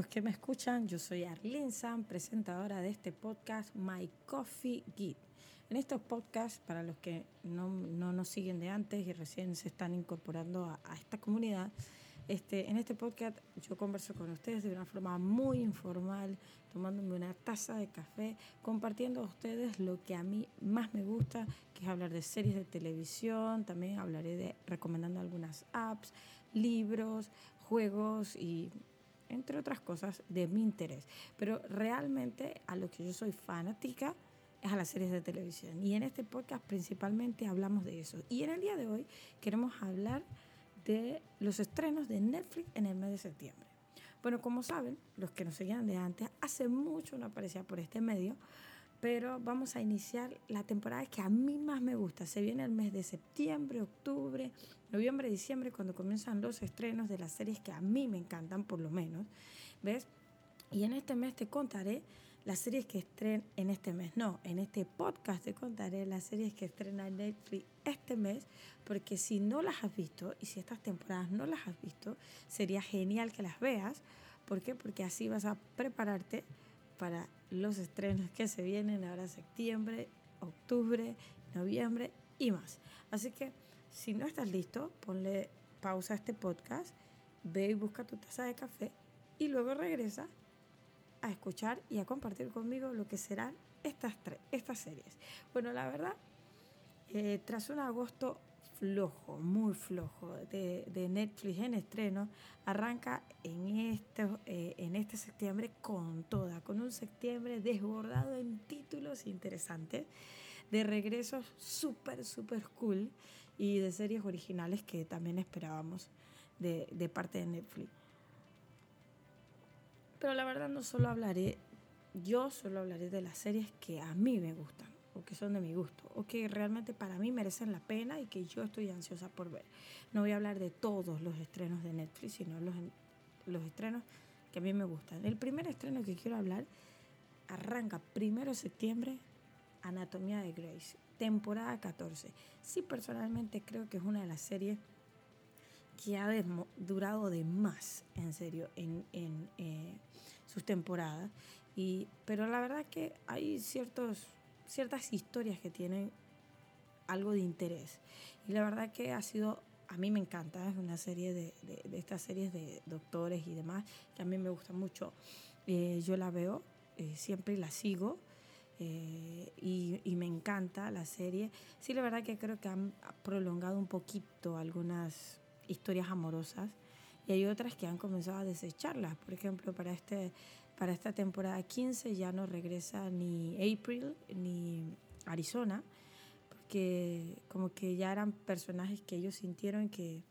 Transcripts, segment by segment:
los que me escuchan, yo soy Arlene Sam, presentadora de este podcast My Coffee Geek. En estos podcasts, para los que no nos siguen de antes y recién se están incorporando a esta comunidad, en este podcast yo converso con ustedes de una forma muy informal, tomándome una taza de café, compartiendo a ustedes lo que a mí más me gusta, que es hablar de series de televisión. También hablaré recomendando algunas apps, libros, juegos y entre otras cosas de mi interés. Pero realmente a lo que yo soy fanática es a las series de televisión. Y en este podcast principalmente hablamos de eso. Y en el día de hoy queremos hablar de los estrenos de Netflix en el mes de septiembre. Bueno, como saben, los que nos seguían de antes, hace mucho no aparecía por este medio, pero vamos a iniciar la temporada que a mí más me gusta. Se viene el mes de septiembre, octubre, noviembre, diciembre, cuando comienzan los estrenos de las series que a mí me encantan, por lo menos. ¿Ves? Y en este mes te contaré las series que estrenen en este mes. No, en este podcast te contaré las series que estrena Netflix este mes, porque si no las has visto y si estas temporadas no las has visto, sería genial que las veas. ¿Por qué? Porque así vas a prepararte para los estrenos que se vienen ahora septiembre, octubre, noviembre y más. Así que si no estás listo, ponle pausa a este podcast, ve y busca tu taza de café y luego regresa a escuchar y a compartir conmigo lo que serán estas series. Bueno, la verdad, tras un agosto flojo, muy flojo de Netflix en estreno, arranca en este septiembre con toda, con un septiembre desbordado en títulos interesantes, de regresos súper cool y de series originales que también esperábamos de parte de Netflix. Pero la verdad yo solo hablaré de las series que a mí me gustan, o que son de mi gusto, o que realmente para mí merecen la pena y que yo estoy ansiosa por ver. No voy a hablar de todos los estrenos de Netflix, sino los estrenos que a mí me gustan. El primer estreno que quiero hablar arranca 1 de septiembre, Anatomía de Grey, temporada 14. Sí, personalmente creo que es una de las series que ha durado de más, en serio, en sus temporadas. Pero la verdad que hay ciertas historias que tienen algo de interés. Y la verdad que a mí me encanta, es una serie de estas series de doctores y demás, que a mí me gusta mucho. Yo la veo siempre y la sigo. Y me encanta la serie. Sí, la verdad que creo que han prolongado un poquito algunas historias amorosas y hay otras que han comenzado a desecharlas. Por ejemplo, para esta temporada 15 ya no regresa ni April ni Arizona, porque como que ya eran personajes que ellos sintieron que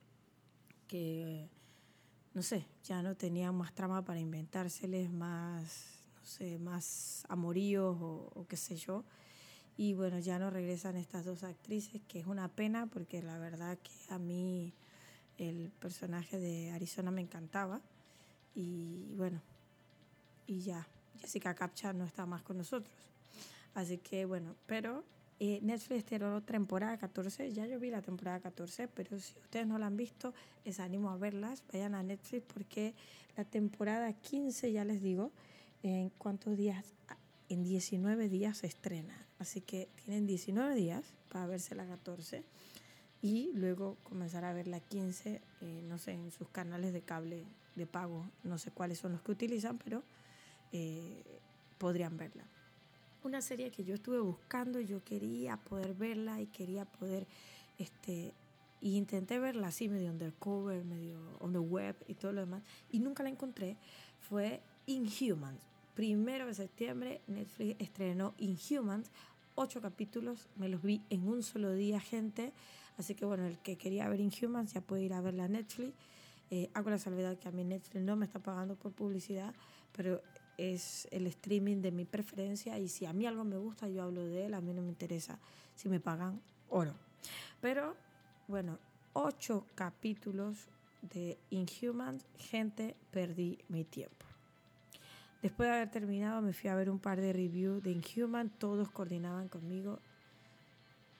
no sé, ya no tenían más trama para inventárseles más, no sé, más amoríos o qué sé yo. Y bueno, ya no regresan estas dos actrices, que es una pena porque la verdad que a mí el personaje de Arizona me encantaba. Y bueno, y ya, Jessica Capcha no está más con nosotros. Así que bueno, pero Netflix estrenó temporada 14, ya yo vi la temporada 14, pero si ustedes no la han visto, les animo a verlas, vayan a Netflix porque la temporada 15, ya les digo, ¿en cuántos días? En 19 días se estrena, así que tienen 19 días para verse la 14 y luego comenzar a ver la 15, no sé, en sus canales de cable de pago, no sé cuáles son los que utilizan, pero podrían verla. Una serie que yo estuve buscando, yo quería poder verla y quería poder, y intenté verla así medio undercover, medio on the web y todo lo demás, y nunca la encontré, fue Inhumans. 1 de septiembre Netflix estrenó Inhumans, 8 capítulos, me los vi en un solo día, gente, así que bueno, el que quería ver Inhumans ya puede ir a verla a Netflix. Hago la salvedad que a mí Netflix no me está pagando por publicidad, pero es el streaming de mi preferencia y si a mí algo me gusta, yo hablo de él, a mí no me interesa si me pagan o no. Pero bueno, 8 capítulos de Inhumans, gente, perdí mi tiempo. Después de haber terminado me fui a ver un par de reviews de Inhumans, todos coordinaban conmigo.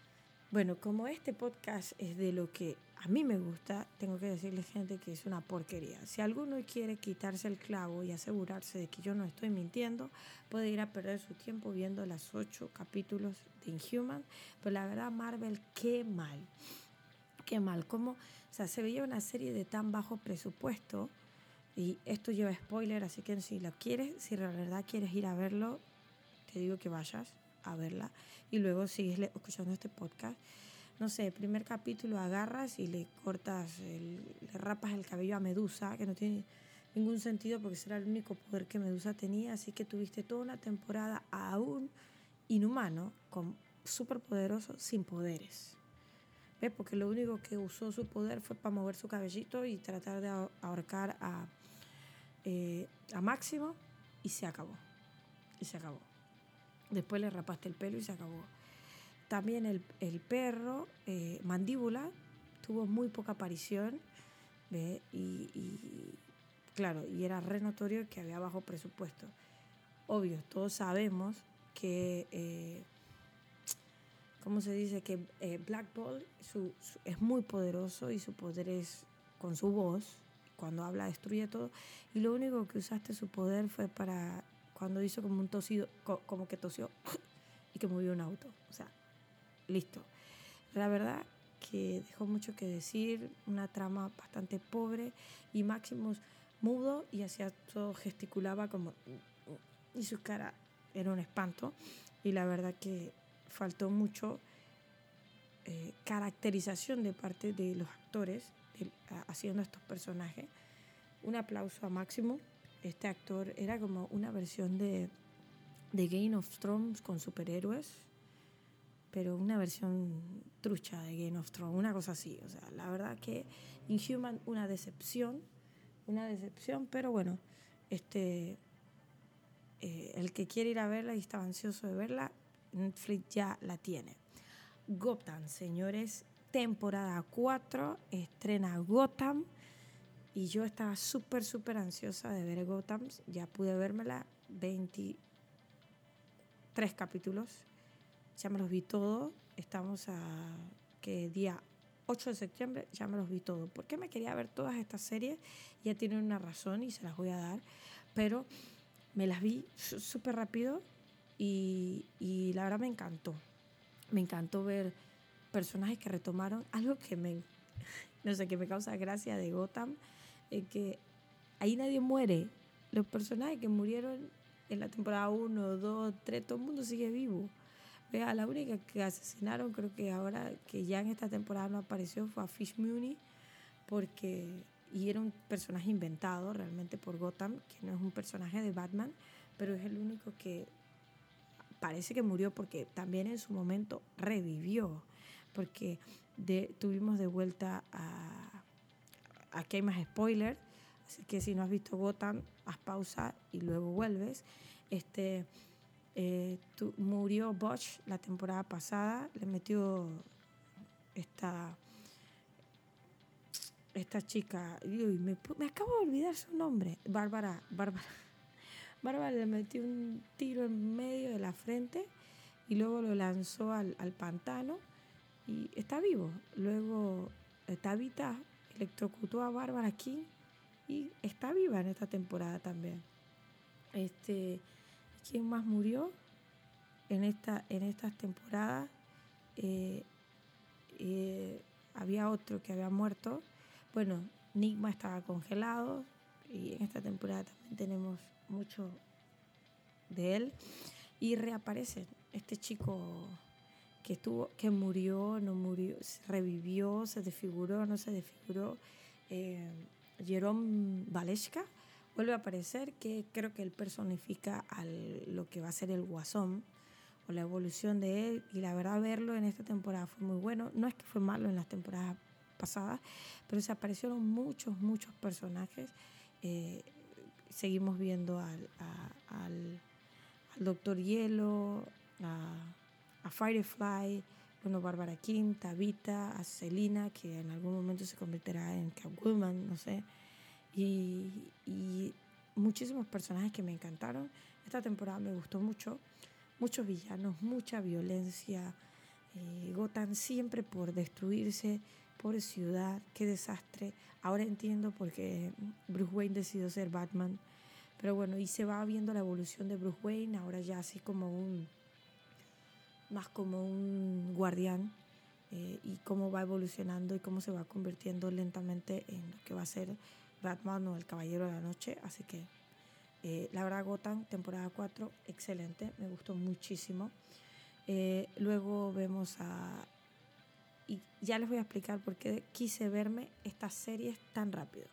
Bueno, como este podcast es de lo que a mí me gusta, tengo que decirle, gente, que es una porquería. Si alguno quiere quitarse el clavo y asegurarse de que yo no estoy mintiendo, puede ir a perder su tiempo viendo los 8 capítulos de Inhuman. Pero la verdad, Marvel, qué mal. Qué mal. Como, o sea, se veía una serie de tan bajo presupuesto. Y esto lleva spoiler, así que si la quieres, si la verdad quieres ir a verlo, te digo que vayas a verla y luego sigues escuchando este podcast. No sé, el primer capítulo agarras y le cortas, le rapas el cabello a Medusa, que no tiene ningún sentido porque será el único poder que Medusa tenía, así que tuviste toda una temporada a un inhumano, con superpoderoso, sin poderes. ¿Ves? Porque lo único que usó su poder fue para mover su cabellito y tratar de ahorcar a Máximo y se acabó. Y se acabó. Después le rapaste el pelo y se acabó. También el perro, Mandíbula, tuvo muy poca aparición. ¿Ve? Claro, y era re notorio que había bajo presupuesto. Obvio, todos sabemos que, ¿cómo se dice? Que Black Bolt es muy poderoso y su poder es con su voz. Cuando habla destruye todo. Y lo único que usaste su poder fue para cuando hizo como un tosido, como que tosió y que movió un auto. O sea, listo. La verdad que dejó mucho que decir, una trama bastante pobre y Maximus mudo y hacía todo, gesticulaba como y su cara era un espanto y la verdad que faltó mucho caracterización de parte de los actores haciendo estos personajes. Un aplauso a Máximo. Este actor era como una versión de Game of Thrones con superhéroes, pero una versión trucha de Game of Thrones, una cosa así. O sea, la verdad que Inhuman, una decepción, pero bueno, el que quiere ir a verla y estaba ansioso de verla, Netflix ya la tiene. Gotham, señores, temporada 4, estrena Gotham. Y yo estaba súper ansiosa de ver Gotham. Ya pude vérmela 23 capítulos. Ya me los vi todos. Estamos día 8 de septiembre, ya me los vi todos. ¿Por qué me quería ver todas estas series? Ya tienen una razón y se las voy a dar. Pero me las vi súper rápido y la verdad me encantó. Me encantó ver personajes que retomaron algo que que me causa gracia de Gotham, que ahí nadie muere. Los personajes que murieron en la temporada 1, 2, 3, todo el mundo sigue vivo. Vea, la única que asesinaron, creo que ahora, que ya en esta temporada no apareció, fue a Fish Mooney, y era un personaje inventado realmente por Gotham, que no es un personaje de Batman, pero es el único que parece que murió porque también en su momento revivió, porque tuvimos de vuelta aquí hay más spoiler, así que si no has visto Gotham, haz pausa y luego vuelves. Murió Butch la temporada pasada, le metió esta chica, me acabo de olvidar su nombre, Bárbara le metió un tiro en medio de la frente y luego lo lanzó al pantano y está vivo. Luego Tabitha electrocutó a Bárbara King y está viva en esta temporada también. ¿Quién más murió en estas temporadas? Había otro que había muerto. Bueno, Nigma estaba congelado y en esta temporada también tenemos mucho de él y reaparece este chico que murió, no murió, revivió, se desfiguró, no se desfiguró. Jerome Valeshka vuelve a aparecer, que creo que él personifica lo que va a ser el Guasón o la evolución de él, y la verdad verlo en esta temporada fue muy bueno. No es que fue malo en las temporadas pasadas, pero se aparecieron muchos personajes. Seguimos viendo al Doctor Hielo, a Firefly, bueno, Bárbara King, Tabitha, a Selina, que en algún momento se convertirá en Catwoman, no sé, y muchísimos personajes que me encantaron. Esta temporada me gustó mucho, muchos villanos, mucha violencia, Gotham siempre por destruirse, pobre ciudad, qué desastre. Ahora entiendo por qué Bruce Wayne decidió ser Batman. Pero bueno, y se va viendo la evolución de Bruce Wayne, ahora ya así más como un guardián, y cómo va evolucionando y cómo se va convirtiendo lentamente en lo que va a ser Batman o el Caballero de la Noche. Así que la verdad, Gotham, temporada 4, excelente, me gustó muchísimo. Luego vemos y ya les voy a explicar por qué quise verme estas series tan rápido.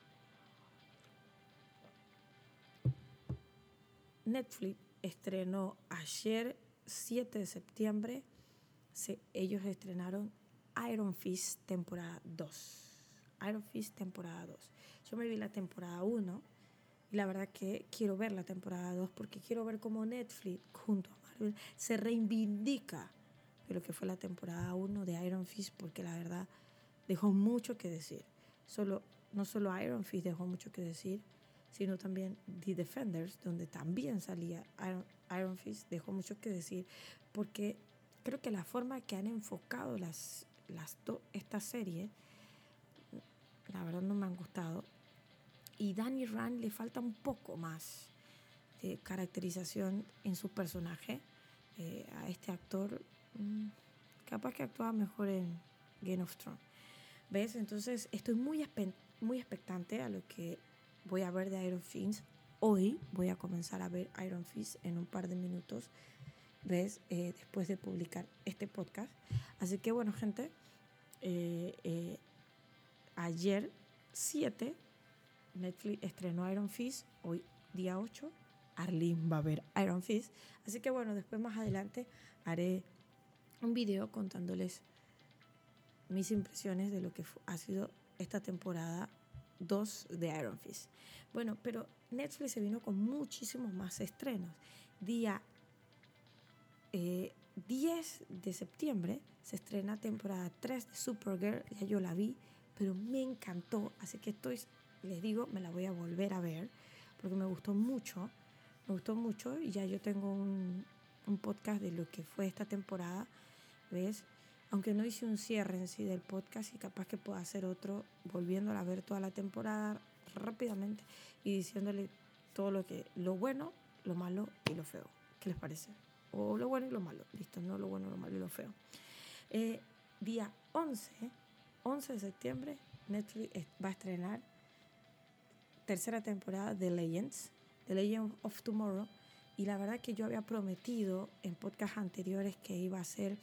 Netflix estrenó ayer, 7 de septiembre, ellos estrenaron Iron Fist temporada 2. Iron Fist temporada 2. Yo me vi la temporada 1 y la verdad que quiero ver la temporada 2 porque quiero ver cómo Netflix junto a Marvel se reivindica de lo que fue la temporada 1 de Iron Fist, porque la verdad dejó mucho que decir. No solo Iron Fist dejó mucho que decir, sino también The Defenders, donde también salía Iron Fist, dejó mucho que decir, porque creo que la forma que han enfocado esta serie, la verdad no me han gustado. Y Danny Rand le falta un poco más de caracterización en su personaje. A este actor, capaz que actuaba mejor en Game of Thrones. ¿Ves? Entonces estoy muy expectante a lo que voy a ver de Iron Fist. Hoy voy a comenzar a ver Iron Fist en un par de minutos, ¿ves? Después de publicar este podcast. Así que bueno, gente, ayer 7 Netflix estrenó Iron Fist. Hoy día 8 Arlene va a ver Iron Fist. Así que bueno, después más adelante haré un video contándoles mis impresiones de lo que ha sido esta temporada 2 de Iron Fist. Bueno, pero Netflix se vino con muchísimos más estrenos. Día 10 de septiembre se estrena temporada 3 de Supergirl. Ya yo la vi, pero me encantó. Así que les digo, me la voy a volver a ver porque me gustó mucho. Me gustó mucho y ya yo tengo un podcast de lo que fue esta temporada, ¿ves? Aunque no hice un cierre en sí del podcast, y capaz que pueda hacer otro volviéndola a ver toda la temporada rápidamente y diciéndole todo lo bueno, lo malo y lo feo. ¿Qué les parece? O lo bueno y lo malo. Listo, no lo bueno, lo malo y lo feo. Día 11 de septiembre, Netflix va a estrenar tercera temporada de Legends, The Legend of Tomorrow. Y la verdad que yo había prometido en podcasts anteriores que iba a hacer,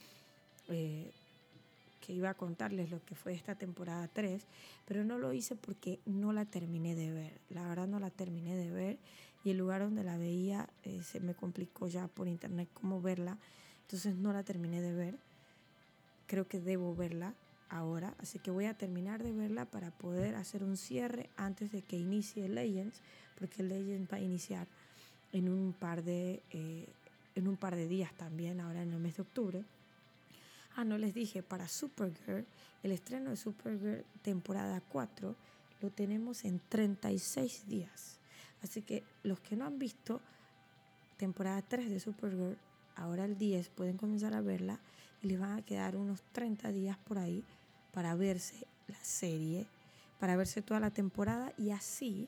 que iba a contarles lo que fue esta temporada 3, pero no lo hice porque no la terminé de ver. La verdad no la terminé de ver y el lugar donde la veía se me complicó ya por internet cómo verla. Entonces no la terminé de ver. Creo que debo verla ahora, así que voy a terminar de verla para poder hacer un cierre antes de que inicie Legends, porque Legends va a iniciar en un par de días también, ahora en el mes de octubre. No les dije, para Supergirl, el estreno de Supergirl temporada 4 lo tenemos en 36 días. Así que los que no han visto temporada 3 de Supergirl, ahora el 10 pueden comenzar a verla y les van a quedar unos 30 días por ahí para verse la serie, para verse toda la temporada y así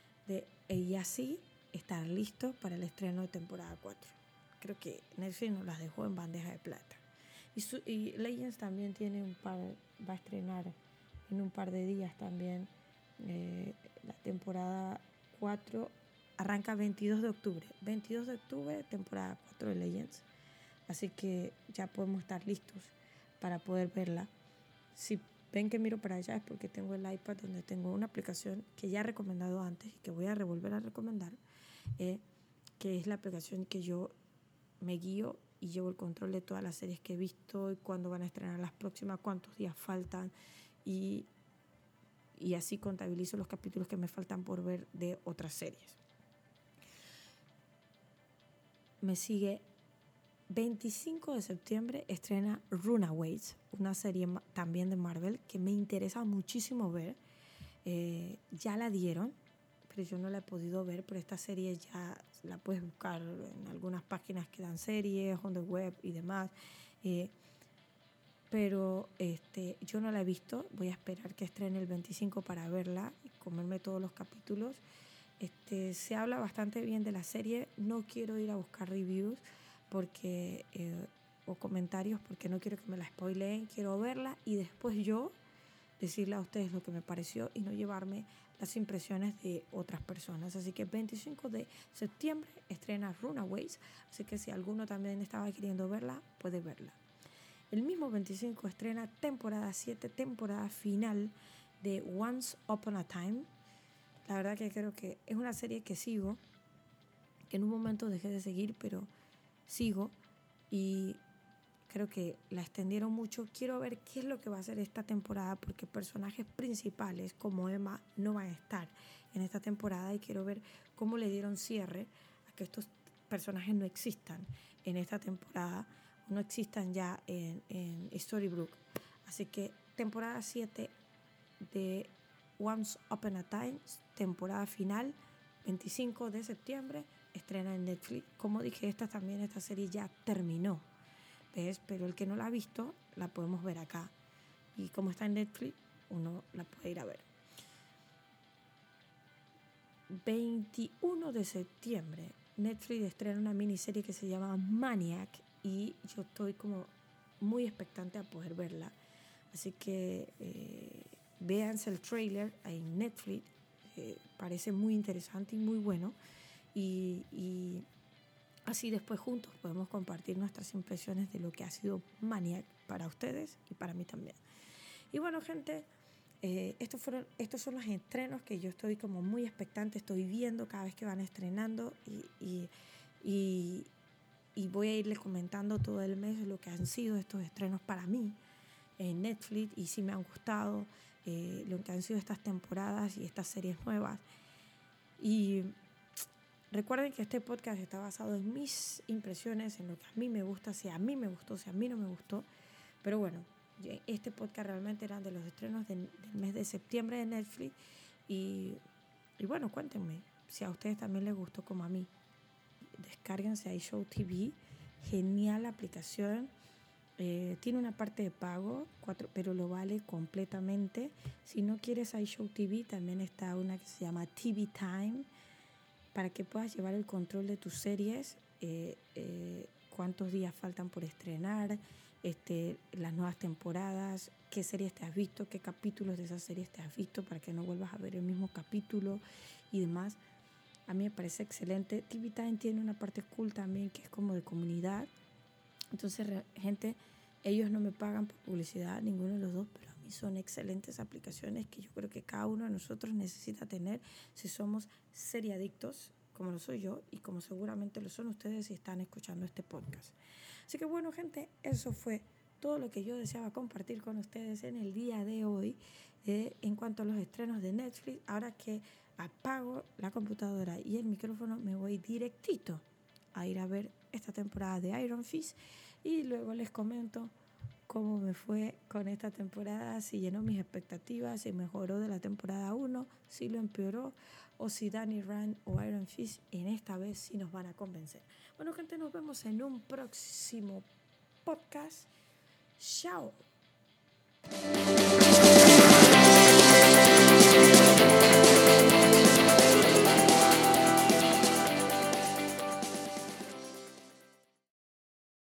estar listos para el estreno de temporada 4. Creo que Netflix nos las dejó en bandeja de plata. Y Legends también va a estrenar en un par de días también. La temporada 4 arranca 22 de octubre. 22 de octubre, temporada 4 de Legends. Así que ya podemos estar listos para poder verla. Si ven que miro para allá es porque tengo el iPad donde tengo una aplicación que ya he recomendado antes y que voy a volver a recomendar, que es la aplicación que yo me guío y llevo el control de todas las series que he visto y cuándo van a estrenar las próximas, cuántos días faltan y así contabilizo los capítulos que me faltan por ver de otras series. Me sigue 25 de septiembre estrena Runaways, una serie también de Marvel que me interesa muchísimo ver. Ya la dieron, pero yo no la he podido ver, pero esta serie ya la puedes buscar en algunas páginas que dan series, on the web y demás. pero yo no la he visto. Voy a esperar que estrene el 25 para verla y comerme todos los capítulos. Se habla bastante bien de la serie. No quiero ir a buscar reviews porque o comentarios porque no quiero que me la spoileen. Quiero verla y después yo decirle a ustedes lo que me pareció y no llevarme las impresiones de otras personas. Así que el 25 de septiembre estrena Runaways, así que si alguno también estaba queriendo verla, puede verla. El mismo 25 estrena temporada 7, temporada final de Once Upon a Time. La verdad que creo que es una serie que sigo, que en un momento dejé de seguir, pero sigo y creo que la extendieron mucho. Quiero ver qué es lo que va a hacer esta temporada porque personajes principales como Emma no van a estar en esta temporada y quiero ver cómo le dieron cierre a que estos personajes no existan en esta temporada, no existan ya en Storybrooke. Así que temporada 7 de Once Upon a Time, temporada final, 25 de septiembre, estrena en Netflix. Como dije, esta serie ya terminó, ¿ves? Pero el que no la ha visto, la podemos ver acá. Y como está en Netflix, uno la puede ir a ver. 21 de septiembre, Netflix estrena una miniserie que se llama Maniac y yo estoy como muy expectante a poder verla. Así que véanse el trailer en Netflix. Parece muy interesante y muy bueno. Y así después juntos podemos compartir nuestras impresiones de lo que ha sido Maniac para ustedes y para mí también. Y bueno, gente, estos son los estrenos que yo estoy como muy expectante, estoy viendo cada vez que van estrenando y voy a irles comentando todo el mes lo que han sido estos estrenos para mí en Netflix y si me han gustado, lo que han sido estas temporadas y estas series nuevas. Y recuerden que este podcast está basado en mis impresiones, en lo que a mí me gusta, si a mí me gustó, si a mí no me gustó. Pero bueno, este podcast realmente era de los estrenos del mes de septiembre de Netflix. Y bueno, cuéntenme si a ustedes también les gustó como a mí. Descárguense iShow TV, genial aplicación. Tiene una parte de pago, pero lo vale completamente. Si no quieres iShow TV, también está una que se llama TV Time, para que puedas llevar el control de tus series, cuántos días faltan por estrenar, las nuevas temporadas, qué series te has visto, qué capítulos de esas series te has visto, para que no vuelvas a ver el mismo capítulo y demás. A mí me parece excelente. TV Time tiene una parte cool también, que es como de comunidad. Entonces, gente, ellos no me pagan por publicidad, ninguno de los dos, pero a mí son excelentes aplicaciones que yo creo que cada uno de nosotros necesita tener si somos seriadictos, como lo soy yo y como seguramente lo son ustedes si están escuchando este podcast. Así que bueno, gente, eso fue todo lo que yo deseaba compartir con ustedes en el día de hoy en cuanto a los estrenos de Netflix. Ahora que apago la computadora y el micrófono, me voy directito a ir a ver esta temporada de Iron Fist y luego les comento cómo me fue con esta temporada, si llenó mis expectativas, si mejoró de la temporada 1, si lo empeoró o si Danny Rand o Iron Fist en esta vez sí nos van a convencer. Bueno, gente, nos vemos en un próximo podcast. Chao.